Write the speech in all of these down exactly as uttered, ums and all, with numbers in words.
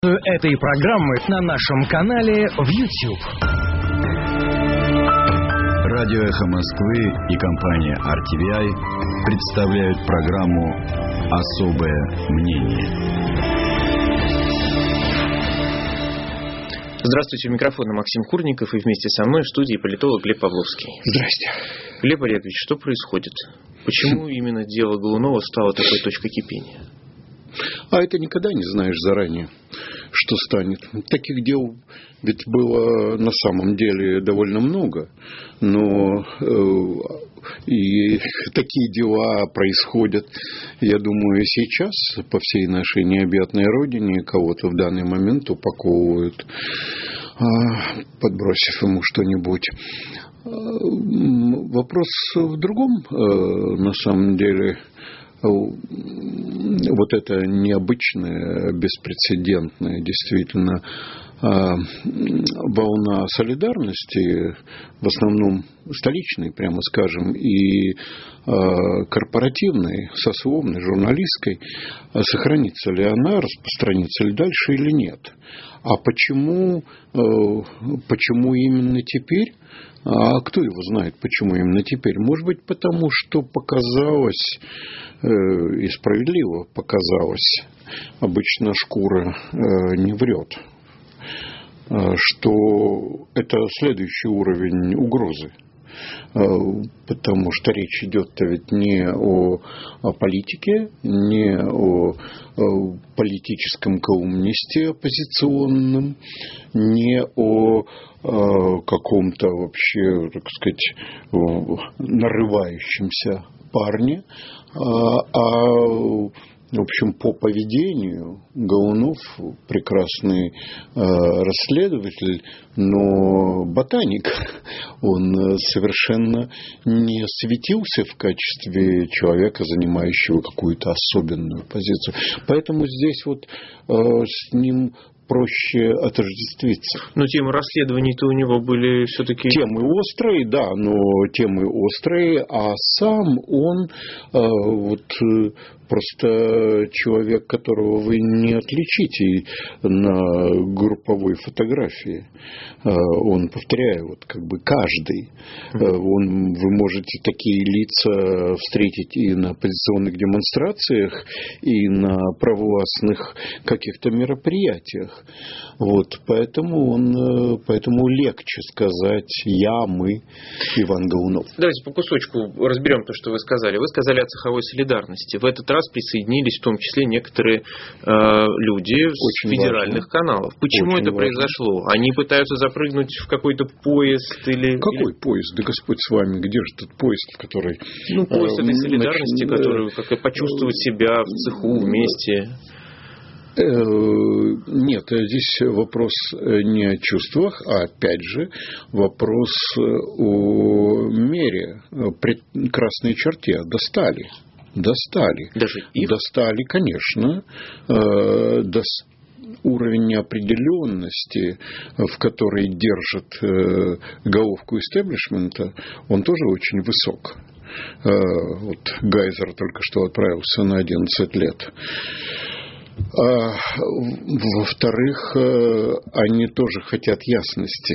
Этой программы на нашем канале в YouTube. Радио «Эхо Москвы» и компания ар ти ви ай представляют программу «Особое мнение». Здравствуйте, у микрофона Максим Курников, и вместе со мной в студии политолог Глеб Павловский. Здрасте. Глеб Олегович, что происходит? Почему именно дело Голунова стало такой точкой кипения? А это никогда не знаешь заранее, что станет. Таких дел ведь было на самом деле довольно много, но э, и такие дела происходят, я думаю, сейчас по всей нашей необъятной родине. Кого-то в данный момент упаковывают, э, подбросив ему что-нибудь. Вопрос в другом, э, на самом деле. Вот это необычная, беспрецедентная, действительно, волна солидарности, в основном столичной, прямо скажем, и корпоративной, сословной, журналистской, сохранится ли она, распространится ли дальше или нет. А почему, почему именно теперь? А кто его знает, почему именно теперь? Может быть, потому что показалось, э, и справедливо показалось, обычно шкура э, не врет, э, что это следующий уровень угрозы. Потому что речь идет-то ведь не о, о политике, не о, о политическом колумнисте оппозиционном, не о, о каком-то вообще, так сказать, нарывающемся парне, а, а в общем, по поведению Голунов прекрасный э, расследователь, но ботаник. Он совершенно не светился в качестве человека, занимающего какую-то особенную позицию. Поэтому здесь вот э, с ним проще отождествиться. Но темы расследований-то у него были все-таки... Темы острые, да, но темы острые, а сам он э, вот просто человек, которого вы не отличите на групповой фотографии. Э, он, повторяю, вот как бы каждый. Э, он, вы можете такие лица встретить и на оппозиционных демонстрациях, и на провластных каких-то мероприятиях. Вот, поэтому он, поэтому легче сказать «я», «мы», Иван Голунов. Давайте по кусочку разберем то, что вы сказали. Вы сказали о цеховой солидарности. В этот раз присоединились в том числе некоторые э, люди с Очень федеральных важно. каналов. Почему Очень это важно. произошло? Они пытаются запрыгнуть в какой-то поезд или... Какой или... поезд? Да Господь с вами, где же тот поезд, который... Ну, поезд э, этой солидарности, нач... который как почувствовать себя в цеху вместе... Нет, здесь вопрос не о чувствах, а опять же вопрос о мере, красной черте. Достали. Достали. Даже их? Достали, конечно. До уровень неопределенности, в который держит головку истеблишмента, он тоже очень высок. Вот Гайзер только что отправился на одиннадцать лет. А, во-вторых, они тоже хотят ясности,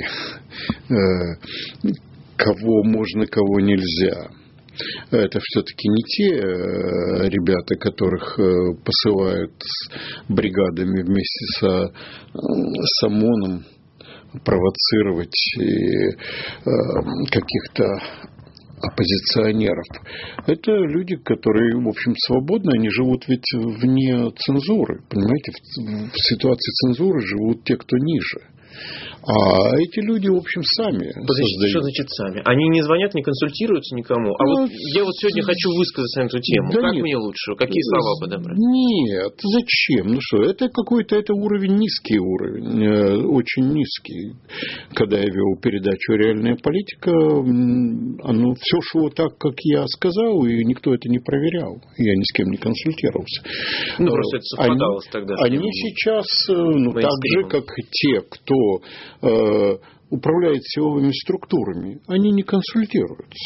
кого можно, кого нельзя. Это все-таки не те ребята, которых посылают с бригадами вместе со, с ОМОНом провоцировать каких-то оппозиционеров. Это люди, которые, в общем, свободны, они живут ведь вне цензуры. Понимаете, в, в ситуации цензуры живут те, кто ниже. А эти люди, в общем, сами Подождите, создают. что значит сами? Они не звонят, не консультируются никому? А Ну, вот я вот сегодня хочу высказаться на эту тему. Да как нет. мне лучше? Какие слова подобрать? Нет, зачем? Ну что, это какой-то это уровень, низкий уровень, э, очень низкий. Когда я вел передачу «Реальная политика», оно все шло так, как я сказал, и никто это не проверял. Я ни с кем не консультировался. Ну, просто это совпадало с тогдашним. Они сейчас, ну, так же, как те, кто э, управляет силовыми структурами, они не консультируются.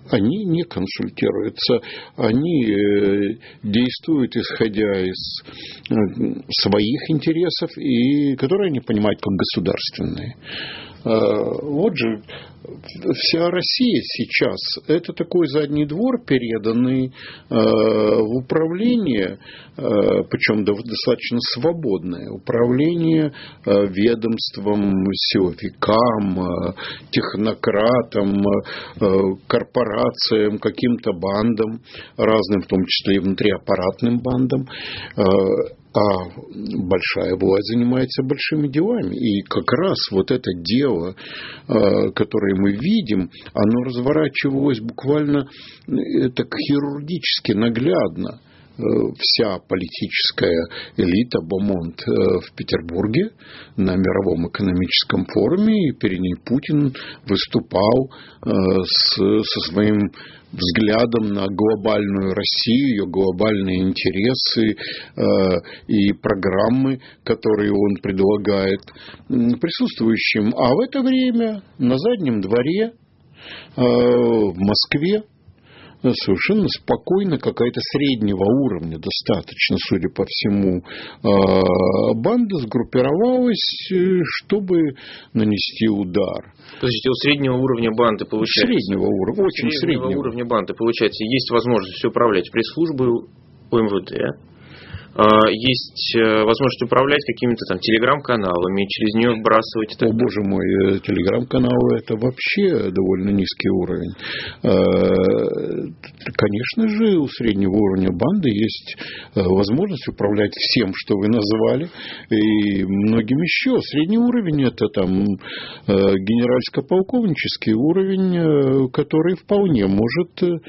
они не консультируются, они действуют исходя из своих интересов, и которые они понимают как государственные. Вот же вся Россия сейчас – это такой задний двор, переданный в управление, причем достаточно свободное, управление ведомством, силовикам, технократам, корпорациям, каким-то бандам, разным, в том числе и внутриаппаратным бандам. А большая власть занимается большими делами. И как раз вот это дело, которое мы видим, оно разворачивалось буквально так хирургически, наглядно. Вся политическая элита Бомонд в Петербурге на мировом экономическом форуме, и перед ней Путин выступал с, со своим взглядом на глобальную Россию, ее глобальные интересы и программы, которые он предлагает присутствующим. А в это время на заднем дворе в Москве совершенно спокойно, какая-то среднего уровня достаточно, судя по всему, банда сгруппировалась, чтобы нанести удар. Подождите, у среднего уровня банды получается... Среднего уровня, очень среднего. Среднего среднего. уровня банды получается, есть возможность управлять пресс-службой у эм вэ дэ, есть возможность управлять какими-то там телеграм-каналами, через нее вбрасывать... О, боже мой, телеграм-каналы – это вообще довольно низкий уровень. Конечно же, у среднего уровня банды есть возможность управлять всем, что вы назвали, и многим еще. Средний уровень – это там генеральско-полковнический уровень, который вполне может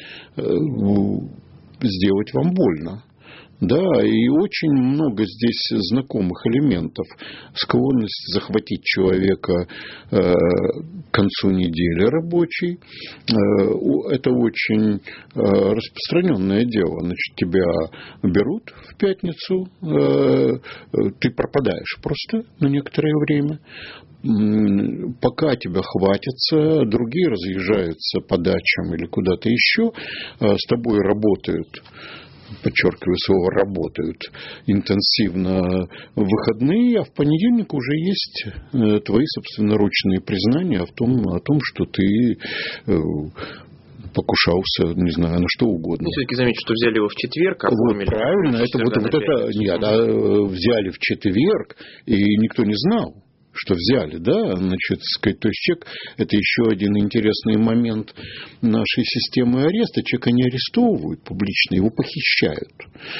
сделать вам больно. Да, и очень много здесь знакомых элементов. Склонность захватить человека э, к концу недели рабочей. Э, это очень э, распространенное дело. Значит, тебя берут в пятницу, э, ты пропадаешь просто на некоторое время. Пока тебя хватится, другие разъезжаются по дачам или куда-то еще, э, с тобой работают. Подчеркиваю слово «работают» интенсивно в выходные, а в понедельник уже есть твои собственноручные признания в том, о том, что ты покушался, не знаю, на что угодно. Ну, все-таки замечу, что взяли его в четверг, оформили. Вот правильно, это вот, вот это нет, да, взяли в четверг, и никто не знал, что взяли, да, значит, сказать, то есть человек, это еще один интересный момент нашей системы ареста, человека не арестовывают публично, его похищают,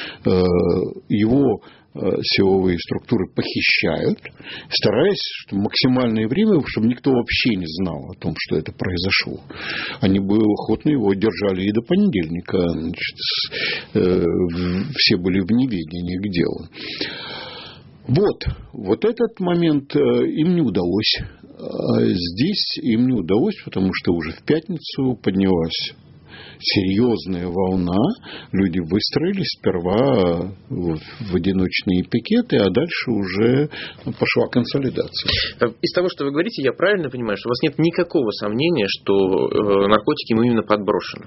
его силовые структуры похищают, стараясь чтобы максимальное время, чтобы никто вообще не знал о том, что это произошло. Они бы охотно его держали и до понедельника, значит, все были в неведении к делу. Вот, вот этот момент им не удалось. Здесь им не удалось, потому что уже в пятницу поднялась серьезная волна. Люди выстроились сперва в одиночные пикеты, а дальше уже пошла консолидация. Из того, что вы говорите, я правильно понимаю, что у вас нет никакого сомнения, что наркотики им именно подброшены?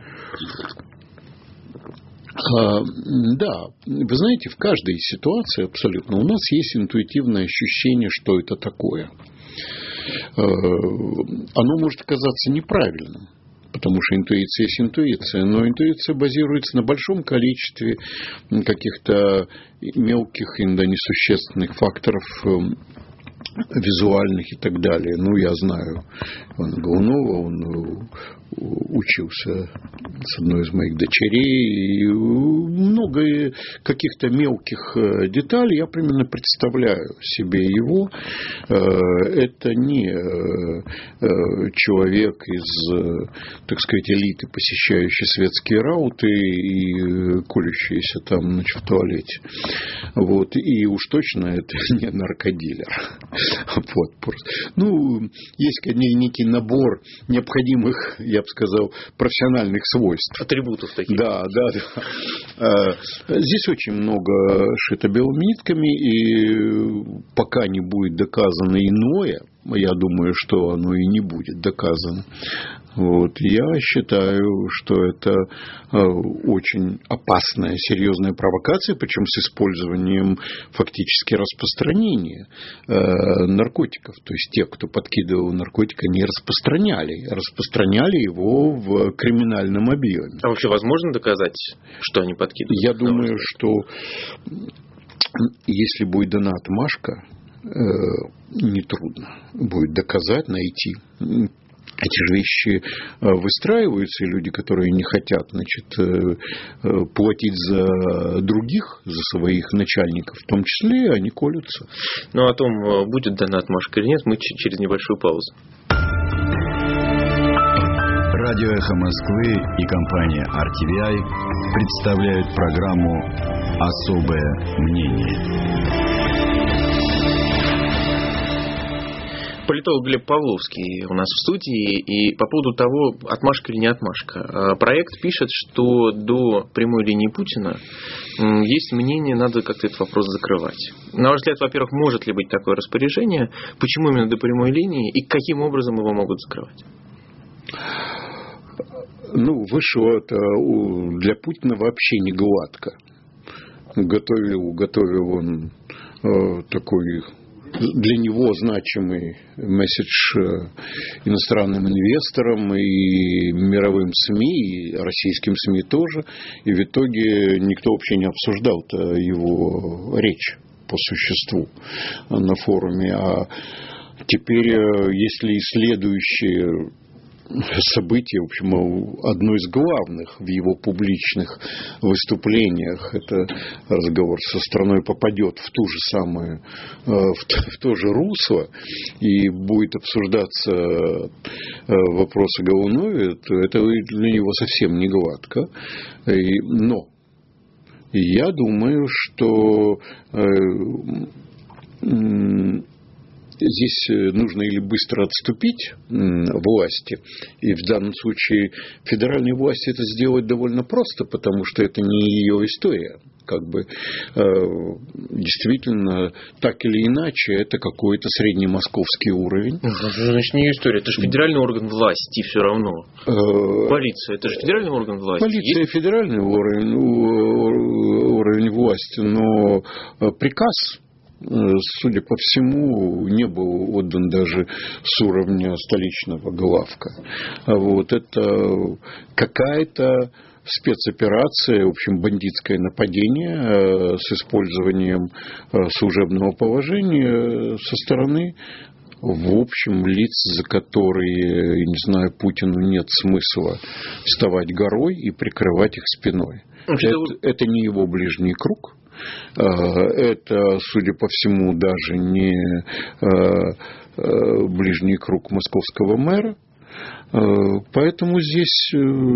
Да, вы знаете, в каждой ситуации абсолютно у нас есть интуитивное ощущение, что это такое. Оно может оказаться неправильным, потому что интуиция есть интуиция, но интуиция базируется на большом количестве каких-то мелких, иногда несущественных факторов, визуальных и так далее. Ну, я знаю Ивана Голунова, он учился с одной из моих дочерей, и много каких-то мелких деталей я примерно представляю себе его. Это не человек из, так сказать, элиты, посещающий светские рауты и колющийся там, значит, в туалете. Вот. И уж точно это не наркодилер. Вот, просто. Ну, есть некий набор необходимых, я бы сказал, профессиональных свойств. Атрибутов таких. Да, да, да. Здесь очень много шито белыми нитками, и пока не будет доказано иное, я думаю, что оно и не будет доказано. Вот. Я считаю, что это очень опасная, серьезная провокация, причем с использованием фактически распространения наркотиков. То есть те, кто подкидывал наркотик, они распространяли, распространяли его в криминальном объеме. А вообще возможно доказать, что они подкидывают? Я думаю, что если будет дана отмашка, нетрудно будет доказать, найти. Эти же вещи выстраиваются, и люди, которые не хотят, значит, платить за других, за своих начальников, в том числе, они колются. Но о том, будет дана отмашка или нет, мы через небольшую паузу. Радио «Эхо Москвы» и компания ар ти ви ай представляют программу «Особое мнение». Политолог Глеб Павловский у нас в студии. И по поводу того, отмашка или не отмашка. Проект пишет, что до прямой линии Путина есть мнение, надо как-то этот вопрос закрывать. На ваш взгляд, во-первых, может ли быть такое распоряжение? Почему именно до прямой линии? И каким образом его могут закрывать? Ну, вышло-то для Путина вообще не гладко. Готовил, готовил он э, такой для него значимый месседж иностранным инвесторам и мировым СМИ, и российским СМИ тоже. И в итоге никто вообще не обсуждал-то его речь по существу на форуме. А теперь, если и следующие событие, в общем, одно из главных в его публичных выступлениях, это разговор со страной попадет в ту же самую, в то же русло, и будет обсуждаться вопрос о Голунове, то это для него совсем не гладко. Но я думаю, что здесь нужно или быстро отступить власти, и в данном случае федеральной власти это сделать довольно просто, потому что это не ее история. Как бы действительно, так или иначе, это какой-то среднемосковский уровень. Значит, не история, это же федеральный орган власти все равно. Полиция, это же федеральный орган власти. Полиция Есть? Федеральный уровень, уровень власти, но приказ, судя по всему, не был отдан даже с уровня столичного главка. Вот это какая-то спецоперация, в общем, бандитское нападение с использованием служебного положения со стороны, в общем, лиц, за которые, не знаю, Путину нет смысла вставать горой и прикрывать их спиной. Это, это не его ближний круг. Это, судя по всему, даже не ближний круг московского мэра. Поэтому здесь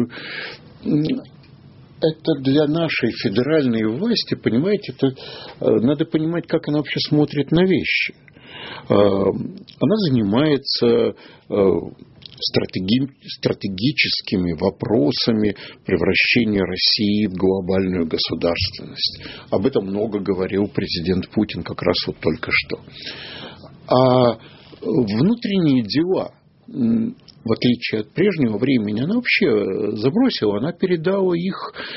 это для нашей федеральной власти, понимаете, это, надо понимать, как она вообще смотрит на вещи. Она занимается стратеги, стратегическими вопросами превращения России в глобальную государственность. Об этом много говорил президент Путин как раз вот только что. А внутренние дела, в отличие от прежнего времени, она вообще забросила, она передала их,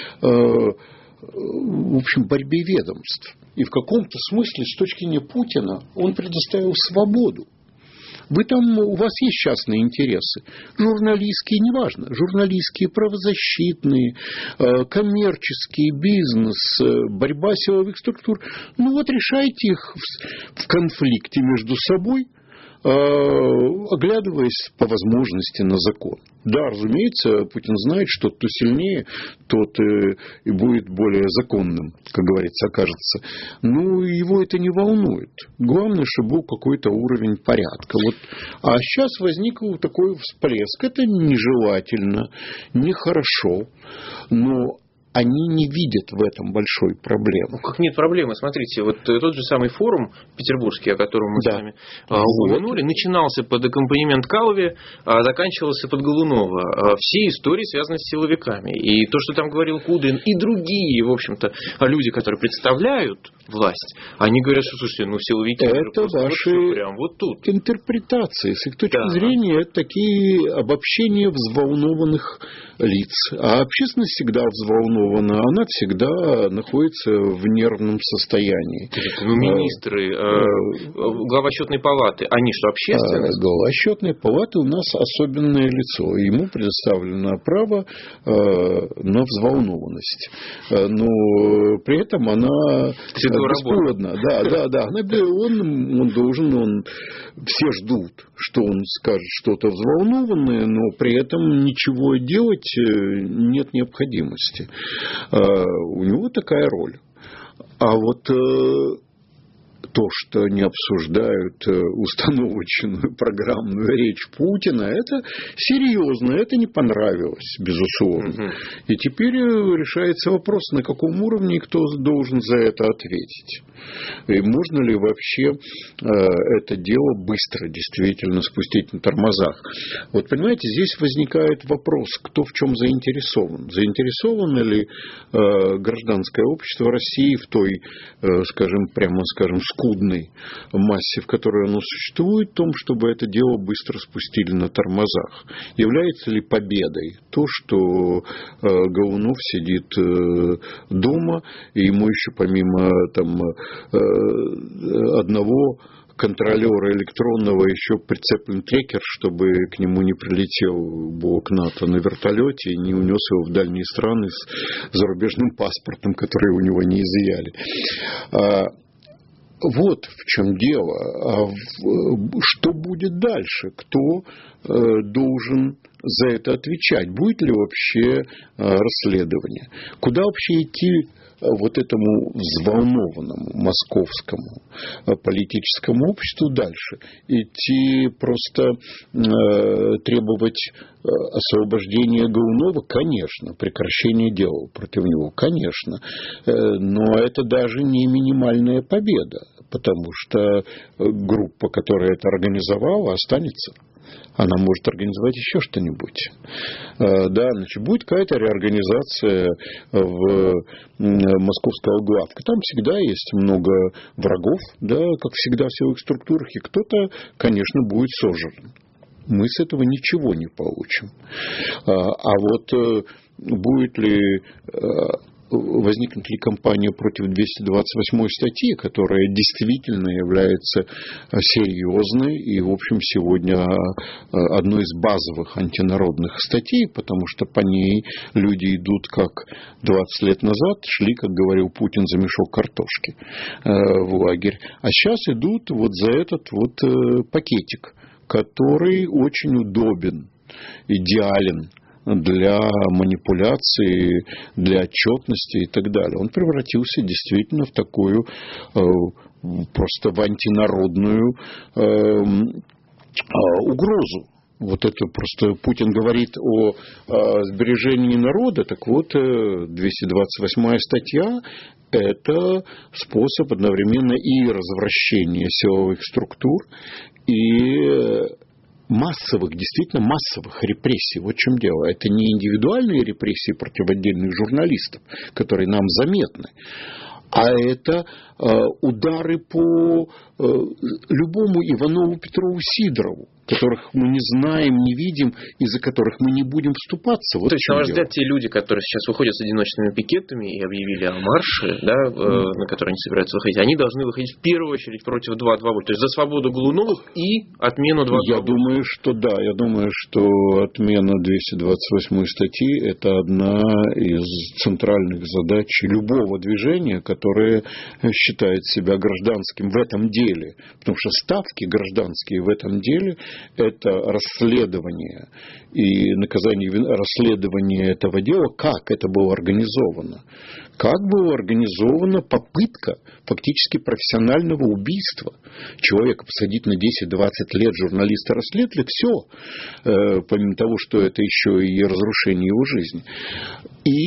в общем, борьбе ведомств. И в каком-то смысле, с точки зрения Путина, он предоставил свободу. Вы там, у вас есть частные интересы, журналистские, неважно, журналистские, правозащитные, коммерческие, бизнес, борьба силовых структур. Ну вот решайте их в конфликте между собой, оглядываясь по возможности на закон. Да, разумеется, Путин знает, что кто сильнее, тот и будет более законным, как говорится, окажется. Но его это не волнует. Главное, чтобы был какой-то уровень порядка. Вот. А сейчас возник такой всплеск. Это нежелательно, нехорошо. Но они не видят в этом большой проблемы. Ну, как нет проблемы? Смотрите, вот тот же самый форум петербургский, о котором мы да. с вами упомянули, вот. начинался под аккомпанемент Калви, а заканчивался под Голунова. Все истории связаны с силовиками. И то, что там говорил Кудрин, и другие, в общем-то, люди, которые представляют власть, они говорят, что, слушайте, ну, силовики... Это ваши вот прям вот тут. интерпретации. С их точки да. зрения, это такие обобщения взволнованных лиц. А общественность всегда взволнована. Она всегда находится в нервном состоянии. Ну, министры, э, глава счетной палаты, они что, общественность? Глава счетной палаты у нас особенное лицо. Ему предоставлено право на взволнованность. Но при этом она бесплодна. Да, да, да. Он, он должен, он, все ждут, что он скажет что-то взволнованное, но при этом ничего делать нет необходимости. У него такая роль. А вот то, что не обсуждают установочную программную речь Путина, это серьезно, это не понравилось, безусловно. Угу. И теперь решается вопрос, на каком уровне кто должен за это ответить. И можно ли вообще это дело быстро действительно спустить на тормозах. Вот понимаете, здесь возникает вопрос, кто в чем заинтересован. Заинтересовано ли гражданское общество России в той, скажем, прямо скажем, скудной массе, в которой оно существует, в том, чтобы это дело быстро спустили на тормозах. Является ли победой то, что Голунов сидит дома, и ему еще помимо там, одного контролера электронного еще прицеплен трекер, чтобы к нему не прилетел блок НАТО на вертолете и не унес его в дальние страны с зарубежным паспортом, который у него не изъяли. Вот в чем дело. А что будет дальше? Кто должен за это отвечать? Будет ли вообще расследование? Куда вообще идти вот этому взволнованному московскому политическому обществу дальше? Идти просто э, требовать освобождения Голунова? Конечно. Прекращение дела против него? Конечно. Э, но это даже не минимальная победа, потому что группа, которая это организовала, останется. Она может организовать еще что-нибудь. Да, значит, будет какая-то реорганизация в московского главка. Там всегда есть много врагов, да, как всегда в силовых структурах, и кто-то, конечно, будет сожран. Мы с этого ничего не получим. А вот будет ли... возникнет ли кампания против двести двадцать восьмой статьи, которая действительно является серьезной и, в общем, сегодня одной из базовых антинародных статей, потому что по ней люди идут, как двадцать лет назад шли, как говорил Путин, за мешок картошки в лагерь. А сейчас идут вот за этот вот пакетик, который очень удобен, идеален для манипуляции, для отчетности и так далее. Он превратился действительно в такую э, просто в антинародную э, угрозу. Вот это просто Путин говорит о, о сбережении народа, так вот двести двадцать восьмая статья – это способ одновременно и развращения силовых структур, и массовых, действительно массовых репрессий. Вот в чем дело. Это не индивидуальные репрессии против отдельных журналистов, которые нам заметны, а это э, удары по э, любому Иванову, Петрову, Сидорову, которых мы не знаем, не видим, из-за которых мы не будем вступаться. Вот то есть, на ваш взгляд, те люди, которые сейчас выходят с одиночными пикетами и объявили о марше, да, э, mm. на который они собираются выходить, они должны выходить в первую очередь против два два восемь, то есть за свободу Голуновых и отмену два два восемь. Я думаю, что да, я думаю, что отмена двести двадцать восьмой статьи – это одна из центральных задач любого движения, которое считает себя гражданским в этом деле, потому что ставки гражданские в этом деле – это расследование и наказание, расследование этого дела, как это было организовано. Как была организована попытка фактически профессионального убийства человека, посадить на десять-двадцать лет журналиста расследователя, все, помимо того, что это еще и разрушение его жизни. И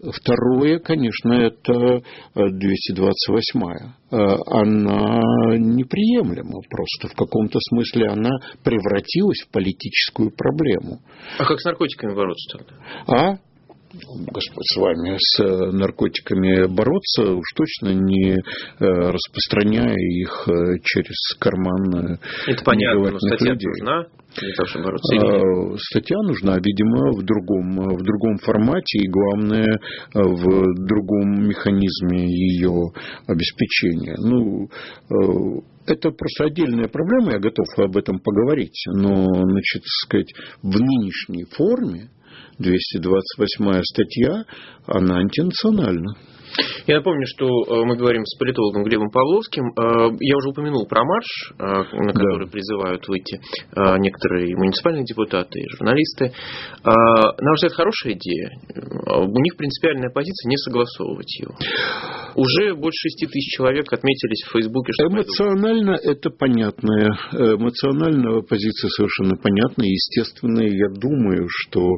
Второе, конечно, это двести двадцать восьмая. Она неприемлема просто. В каком-то смысле она превратилась в политическую проблему. А как с наркотиками бороться тогда? А? Господь с вами, с наркотиками бороться, уж точно не распространяя их через карман. Это понятно, но статья нужна для того, чтобы бороться, или нет? Статья нужна, видимо, в другом, в другом формате и, главное, в другом механизме ее обеспечения. Ну, это просто отдельная проблема, я готов об этом поговорить, но, значит, сказать, в нынешней форме двести двадцать восьмая статья, она антинациональна. Я напомню, что мы говорим с политологом Глебом Павловским. Я уже упомянул про марш, на который да. призывают выйти некоторые муниципальные депутаты и журналисты. На ваш взгляд, хорошая идея. У них принципиальная позиция не согласовывать ее. Уже больше шести тысяч человек отметились в Фейсбуке, что эмоционально пойдут. Это понятная. Эмоционально позиция совершенно понятная, естественная. Я думаю, что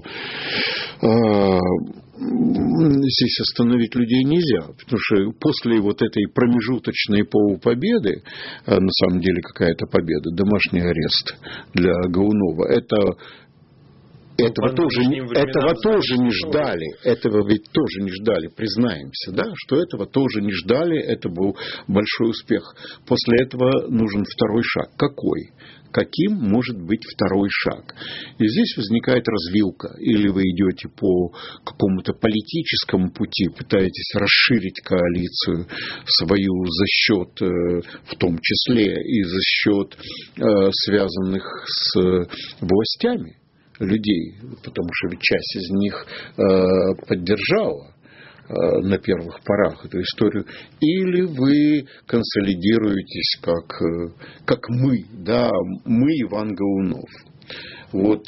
здесь остановить людей нельзя, потому что после вот этой промежуточной полупобеды, на самом деле какая-то победа, домашний арест для Гаунова, это Этого, тоже, этого тоже не ждали, этого ведь тоже не ждали, признаемся, да, что этого тоже не ждали, это был большой успех. После этого нужен второй шаг. Какой? Каким может быть второй шаг? И здесь возникает развилка. Или вы идете по какому-то политическому пути, пытаетесь расширить коалицию свою за счет, в том числе и за счет связанных с властями людей, потому что ведь часть из них поддержала на первых порах эту историю, или вы консолидируетесь как, как мы, да, мы Иван Гаунов. Вот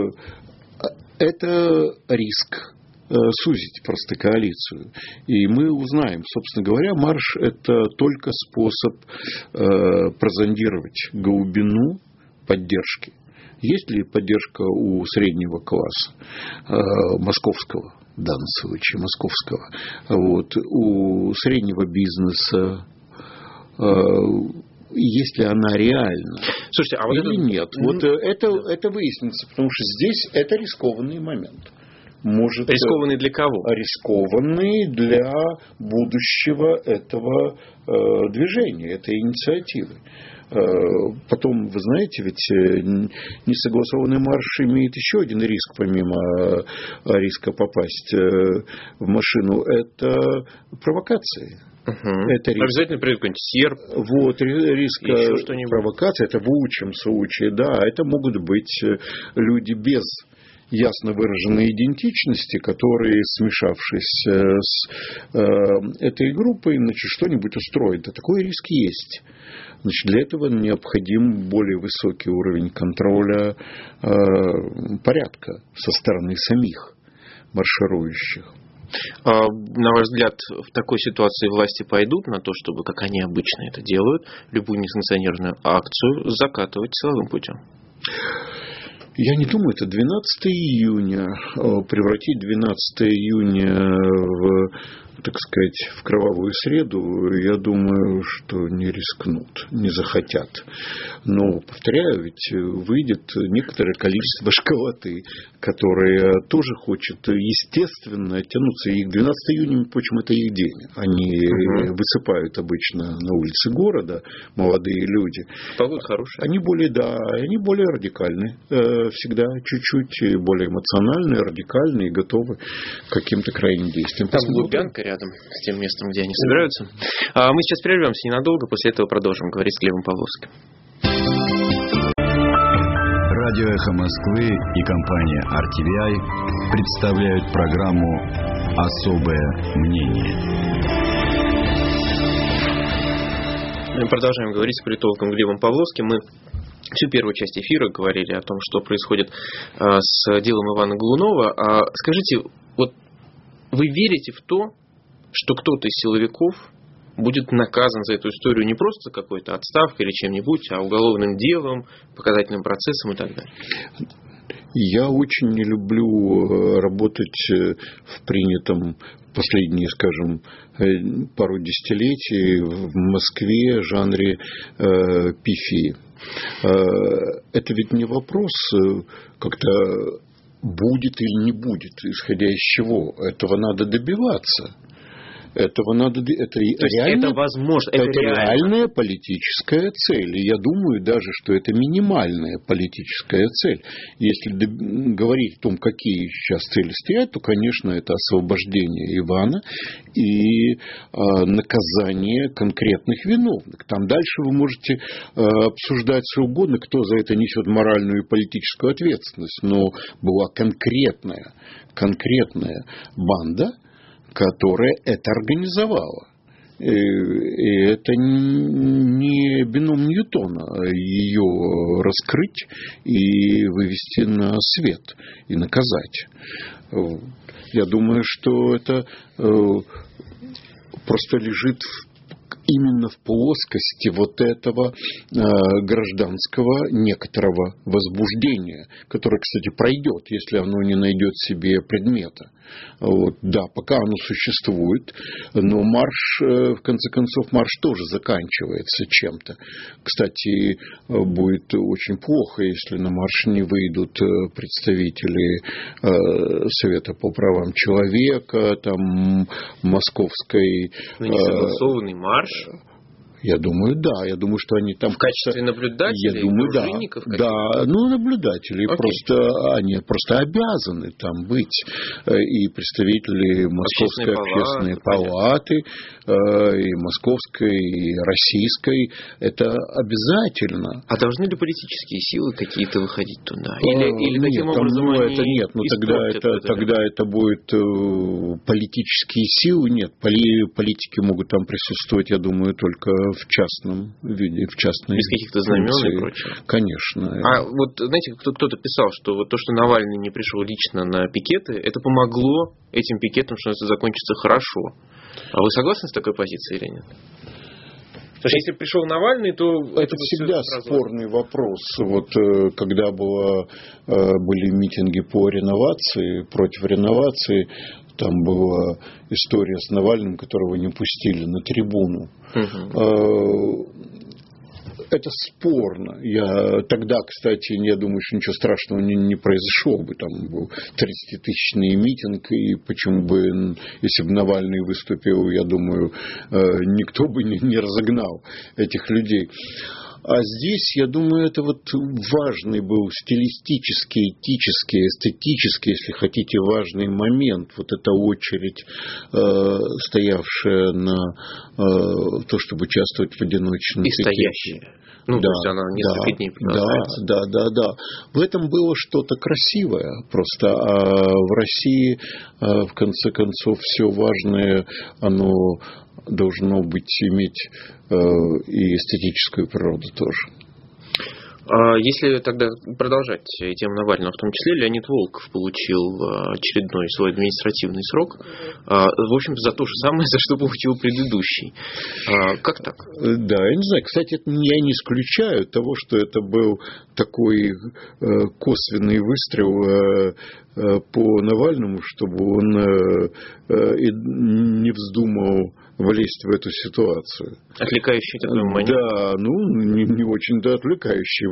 это риск сузить просто коалицию. И мы узнаем, собственно говоря, марш – это только способ прозондировать глубину поддержки. Есть ли поддержка у среднего класса, э, московского, в данном случае московского, вот, у среднего бизнеса, э, есть ли она реальна? Слушайте, а вот или это... нет? Вот это, это выяснится, потому что здесь это рискованный момент. Может, рискованный для кого? Рискованный для будущего этого э, движения, этой инициативы. Потом, вы знаете, ведь несогласованный марш имеет еще один риск, помимо риска попасть в машину. Это провокации. Угу. Это риск. Обязательно придет какой-нибудь серп. Вот, риск провокации. Это в лучшем случае, да. Это могут быть люди без ясно выраженной идентичности, которые, смешавшись с э, этой группой, значит, что-нибудь устроят. Да, такой риск есть. Значит, для этого необходим более высокий уровень контроля э, порядка со стороны самих марширующих. А, на ваш взгляд, в такой ситуации власти пойдут на то, чтобы, как они обычно это делают, любую несанкционированную акцию закатывать силовым путем? Я не думаю, это двенадцатого июня, превратить двенадцатого июня в, так сказать, в кровавую среду, я думаю, что не рискнут, не захотят. Но, повторяю, ведь выйдет некоторое количество школоты, которые тоже хочет, естественно, тянуться. И двенадцатого июня, впрочем, это их день. Они угу. высыпают обычно на улице города, молодые люди. Погода хорошая. Они более, да, они более радикальны. Всегда чуть-чуть более эмоциональные, радикальные, готовы к каким-то крайним действиям. Там Лубянка рядом с тем местом, где они собираются. А мы сейчас прервемся ненадолго, после этого продолжим говорить с Глебом Павловским. Радио «Эхо Москвы» и компания ар ти ви ай представляют программу «Особое мнение». Мы продолжаем говорить с политологом Глебом Павловским. Мы всю первую часть эфира говорили о том, что происходит с делом Ивана Гаунова. А скажите, вот вы верите в то, что кто-то из силовиков будет наказан за эту историю не просто какой-то отставкой или чем-нибудь, а уголовным делом, показательным процессом и так далее? Я очень не люблю работать в принятом последние, скажем, пару десятилетий в Москве жанре э, пифии. Это ведь не вопрос как-то будет или не будет, исходя из чего. Этого надо добиваться. Этого надо, это, реально, это возможно, это, это реальная политическая цель. И я думаю даже, что это минимальная политическая цель. Если говорить о том, какие сейчас цели стоят, то, конечно, это освобождение Ивана и э, наказание конкретных виновных. Там дальше вы можете э, обсуждать все угодно, кто за это несет моральную и политическую ответственность. Но была конкретная, конкретная банда, которая это организовала. И это не бином Ньютона ее раскрыть и вывести на свет и наказать. Я думаю, что это просто лежит именно в плоскости вот этого э, гражданского некоторого возбуждения, которое, кстати, пройдет, если оно не найдет себе предмета. Вот, да, пока оно существует, но марш, э, в конце концов, марш тоже заканчивается чем-то. Кстати, будет очень плохо, если на марш не выйдут представители э, Совета по правам человека, там, московской... Но не согласованный марш. Я думаю, да. Я думаю, что они там... В качестве наблюдателей, я думаю, дружинников? Да, да, ну, наблюдатели. Окей. Просто, они просто обязаны там быть. И представители Московской общественной палаты, палаты и Московской, и Российской. Это обязательно. А должны ли политические силы какие-то выходить туда? Или, а, или таким нет, образом ну, они это нет, ну, тогда это, это тогда это будет э, политические силы. Нет, поли, политики могут там присутствовать, я думаю, только в частном виде, в частной без каких-то знамен функции. И прочего. Конечно. А вот, знаете, кто-то писал, что вот то, что Навальный не пришел лично на пикеты, это помогло этим пикетам, что это закончится хорошо. А вы согласны с такой позицией или нет? Потому что если пришел Навальный, то... Это, это всегда спорный вопрос. Вот когда было, были митинги по реновации, против реновации, там была история с Навальным, которого не пустили на трибуну. Угу. Это спорно. Я тогда, кстати, я думаю, что ничего страшного не, не произошло бы. Там был тридцатитысячный митинг, и почему бы, если бы Навальный выступил, я думаю, никто бы не, не разогнал этих людей. А здесь, я думаю, это вот важный был стилистический, этический, эстетический, если хотите, важный момент. Вот эта очередь, э, стоявшая на э, то, чтобы участвовать в одиночном пикете. И стоящая. Ну, да, то есть она несколько да, дней продолжается. Да, да, да, да. В этом было что-то красивое просто. А в России, в конце концов, все важное, оно должно быть иметь и эстетическую природу тоже. Если тогда продолжать тему Навального, в том числе Леонид Волков получил очередной свой административный срок, в общем-то, за то же самое, за что получил предыдущий. Как так? Да, я не знаю. Кстати, я не исключаю того, что это был такой косвенный выстрел по Навальному, чтобы он не вздумал влезть в эту ситуацию. Отвлекающий такой момент. Да, ну, не, не очень-то отвлекающий.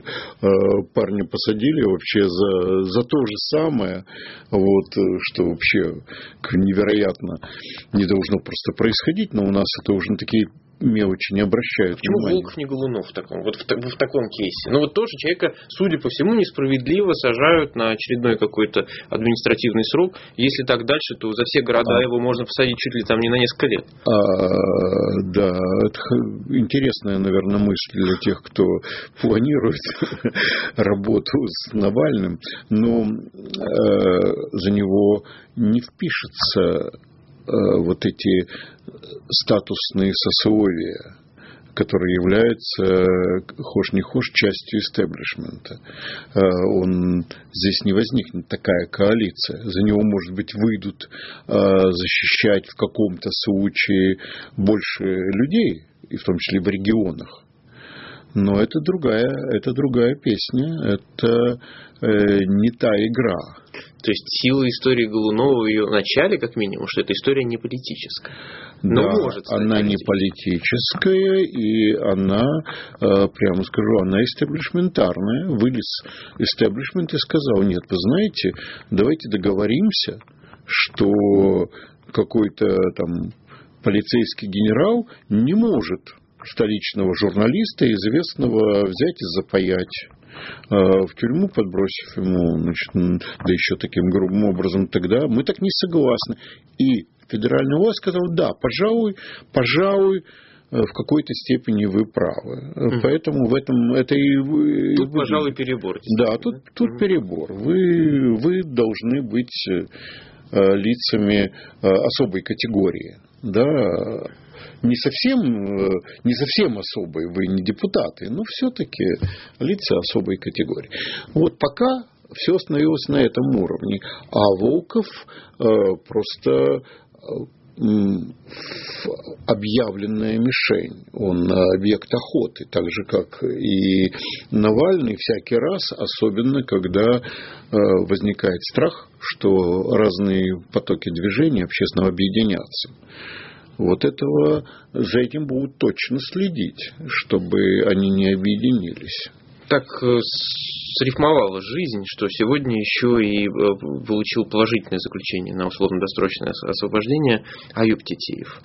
Парня посадили вообще за, за то же самое, вот, что вообще невероятно не должно просто происходить, но у нас это уже такие мелочи не обращают Почему внимания. Волков не Голунов в таком, вот в, в таком кейсе? Ну вот тоже человека, судя по всему, несправедливо сажают на очередной какой-то административный срок. Если так дальше, то за все города а. его можно посадить чуть ли там не на несколько лет. А, да, это интересная, наверное, мысль для тех, кто планирует работу с Навальным, но за него не впишется вот эти статусные сословия, которые являются, хошь не хошь, частью истеблишмента. Он, здесь не возникнет такая коалиция. За него, может быть, выйдут защищать в каком-то случае больше людей, и в том числе в регионах. Но это другая, это другая песня, это э, не та игра. То есть сила истории Голунова в ее начале, как минимум, что эта история не политическая. Но да, может стать она не политическая, и она, прямо скажу, она истеблишментарная. Вылез истеблишмент и сказал: нет, вы знаете, давайте договоримся, что какой-то там полицейский генерал не может столичного журналиста, известного, взять и запаять в тюрьму, подбросив ему, значит, да еще таким грубым образом. Тогда мы так не согласны. И федеральная власть сказала: да, пожалуй, пожалуй, в какой-то степени вы правы. Mm. Поэтому в этом это и... Тут, пожалуй, перебор. Да, тут, тут mm. перебор. Вы, вы должны быть лицами особой категории. Да, не совсем, не совсем особые, вы не депутаты, но все-таки лица особой категории. Вот пока все остановилось на этом уровне. А Волков э, просто э, объявленная мишень. Он объект охоты, так же, как и Навальный всякий раз, особенно когда э, возникает страх, что разные потоки движения общественного объединятся. Вот этого, за этим будут точно следить, чтобы они не объединились. Так срифмовала жизнь, что сегодня еще и получил положительное заключение на условно-досрочное освобождение Аюб Тетеев.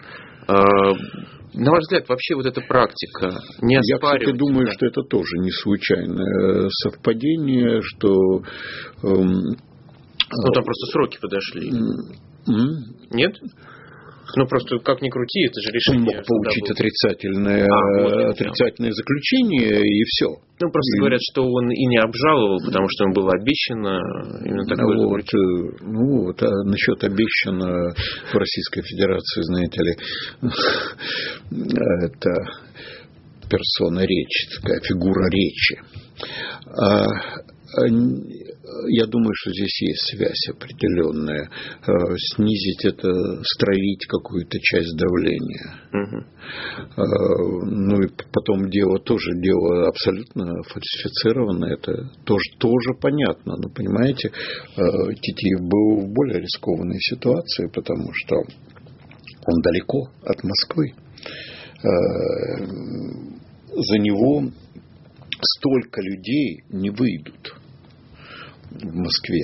На ваш взгляд, вообще вот эта практика не оспаривается? Я, кстати, думаю, да? что это тоже не случайное совпадение, что... Эм, ну, там просто сроки подошли. Mm-hmm. Нет? Ну, просто как ни крути, это же решение. Он мог получить отрицательное, а, отрицательное заключение, и все. Ну, просто и... говорят, что он и не обжаловал, потому что ему было обещано именно такое ну, вот, ну, вот, а насчет обещано в Российской Федерации, знаете ли, это персона речи, такая фигура речи. Я думаю, что здесь есть связь определенная. Снизить это, стравить какую-то часть давления. Угу. Ну и потом дело тоже дело абсолютно фальсифицированное. Это тоже, тоже понятно. Но понимаете, Тетеев был в более рискованной ситуации, потому что он далеко от Москвы. За него столько людей не выйдут в Москве.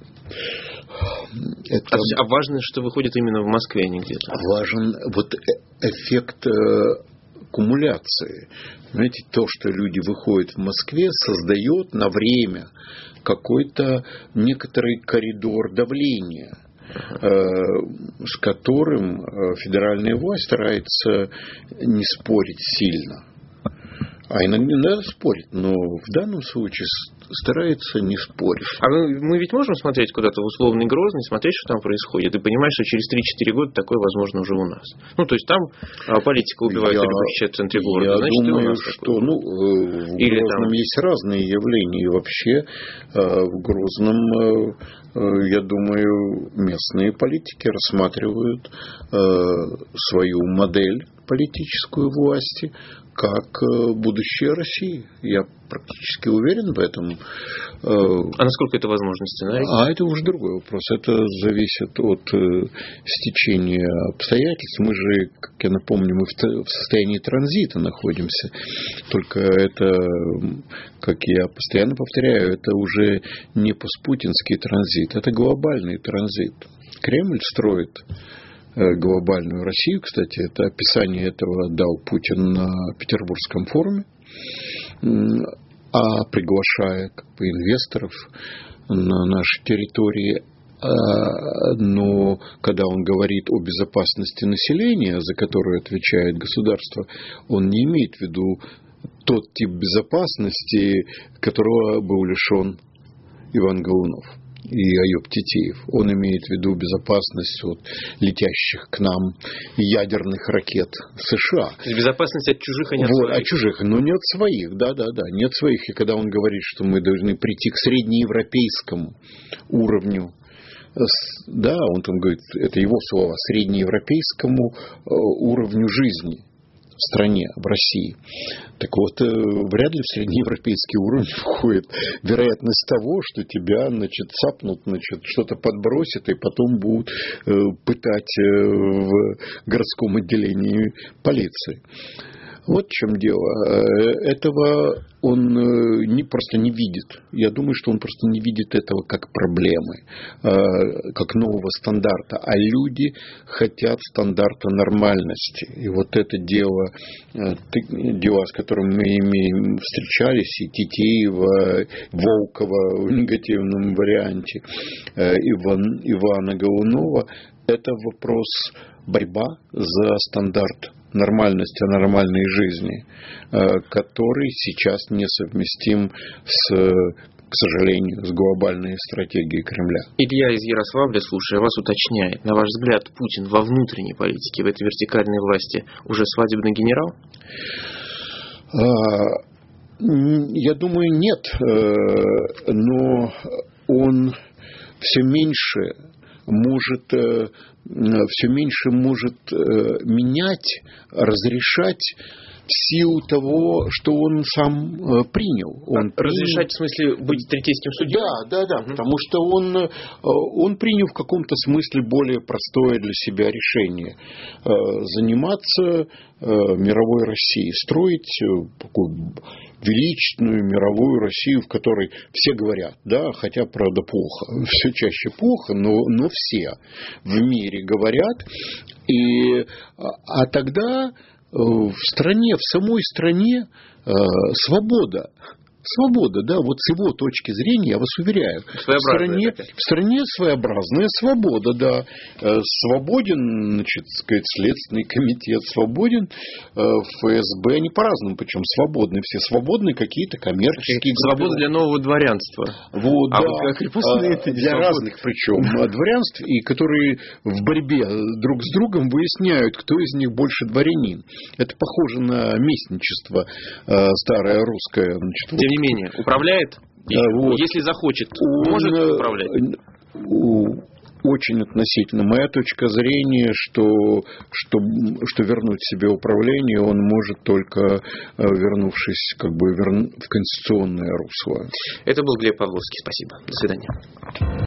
Это... А важно, что выходит именно в Москве, а не где-то? Важен вот эффект кумуляции. Знаете, то, что люди выходят в Москве, создает на время какой-то некоторый коридор давления, с которым федеральная власть старается не спорить сильно. А иногда не надо спорить, но в данном случае старается не спорить. А мы, мы ведь можем смотреть куда-то в условный Грозный, смотреть, что там происходит, и понимать, что через три-четыре года такое возможно уже у нас. Ну, то есть там политика убивает рабочие в центре города. Я Значит, думаю, и у нас что такое. ну, в Или Грозном там... есть разные явления. И вообще в Грозном, я думаю, местные политики рассматривают свою модель политическую власти как будущее России. Я практически уверен в этом. А насколько это возможный сценарий? А это уже другой вопрос. Это зависит от стечения обстоятельств. Мы же, как я напомню, мы в состоянии транзита находимся. Только это, как я постоянно повторяю, это уже не постпутинский транзит. Это глобальный транзит. Кремль строит глобальную Россию. Кстати, это описание этого дал Путин на Петербургском форуме, а приглашая как бы инвесторов на наши территории. Но когда он говорит о безопасности населения, за которую отвечает государство, он не имеет в виду тот тип безопасности, которого был лишен Иван Голунов и Аюб Тетеев. Он имеет в виду безопасность от летящих к нам ядерных ракет США. То есть безопасность от чужих, а не от вот, своих. От чужих, но не от своих. Да, да, да, не от своих. И когда он говорит, что мы должны прийти к среднеевропейскому уровню, да, он там говорит, это его слова, среднеевропейскому уровню жизни. в стране, в России. Так вот, вряд ли в среднеевропейский уровень входит вероятность того, что тебя, значит, цапнут, значит, что-то подбросят и потом будут пытать в городском отделении полиции. Вот в чем дело. Этого он не, просто не видит. Я думаю, что он просто не видит этого как проблемы, как нового стандарта. А люди хотят стандарта нормальности. И вот это дело, дела, с которыми мы имеем, встречались, и Титеева, Волкова в негативном варианте, Иван, Ивана Голунова, это вопрос борьба за стандарт нормальности, нормальной жизни, который сейчас несовместим с, к сожалению, с глобальной стратегией Кремля. Илья из Ярославля, слушая вас, уточняет, на ваш взгляд, Путин во внутренней политике, в этой вертикальной власти уже свадебный генерал? Я думаю, нет, но он все меньше может все меньше может менять, разрешать в силу того, что он сам принял. Он разрешать, принял... в смысле, быть третейским судьей? Да, да, да, угу. Потому что он, он принял в каком-то смысле более простое для себя решение. Заниматься мировой Россией, строить такую величественную мировую Россию, в которой все говорят, да, хотя, правда, плохо, все чаще плохо, но, но все в мире говорят. И, а тогда в стране, в самой стране свобода. Свобода, да, вот с его точки зрения, я вас уверяю, в стране, в стране своеобразная свобода, да. Свободен, значит, сказать, Следственный комитет, свободен эф эс бэ, они по-разному, причем свободны, все свободны какие-то коммерческие. Свобода для нового дворянства. Вот, а да. вот крепостные а, для разных, причем, дворянств, и которые в борьбе друг с другом выясняют, кто из них больше дворянин. Это похоже на местничество старое русское, значит. Тем не менее, управляет? Да, вот. Если захочет, он, может управлять? Очень относительно. Моя точка зрения, что, что, что вернуть себе управление он может только вернувшись как бы в конституционное русло. Это был Глеб Павловский. Спасибо. До свидания.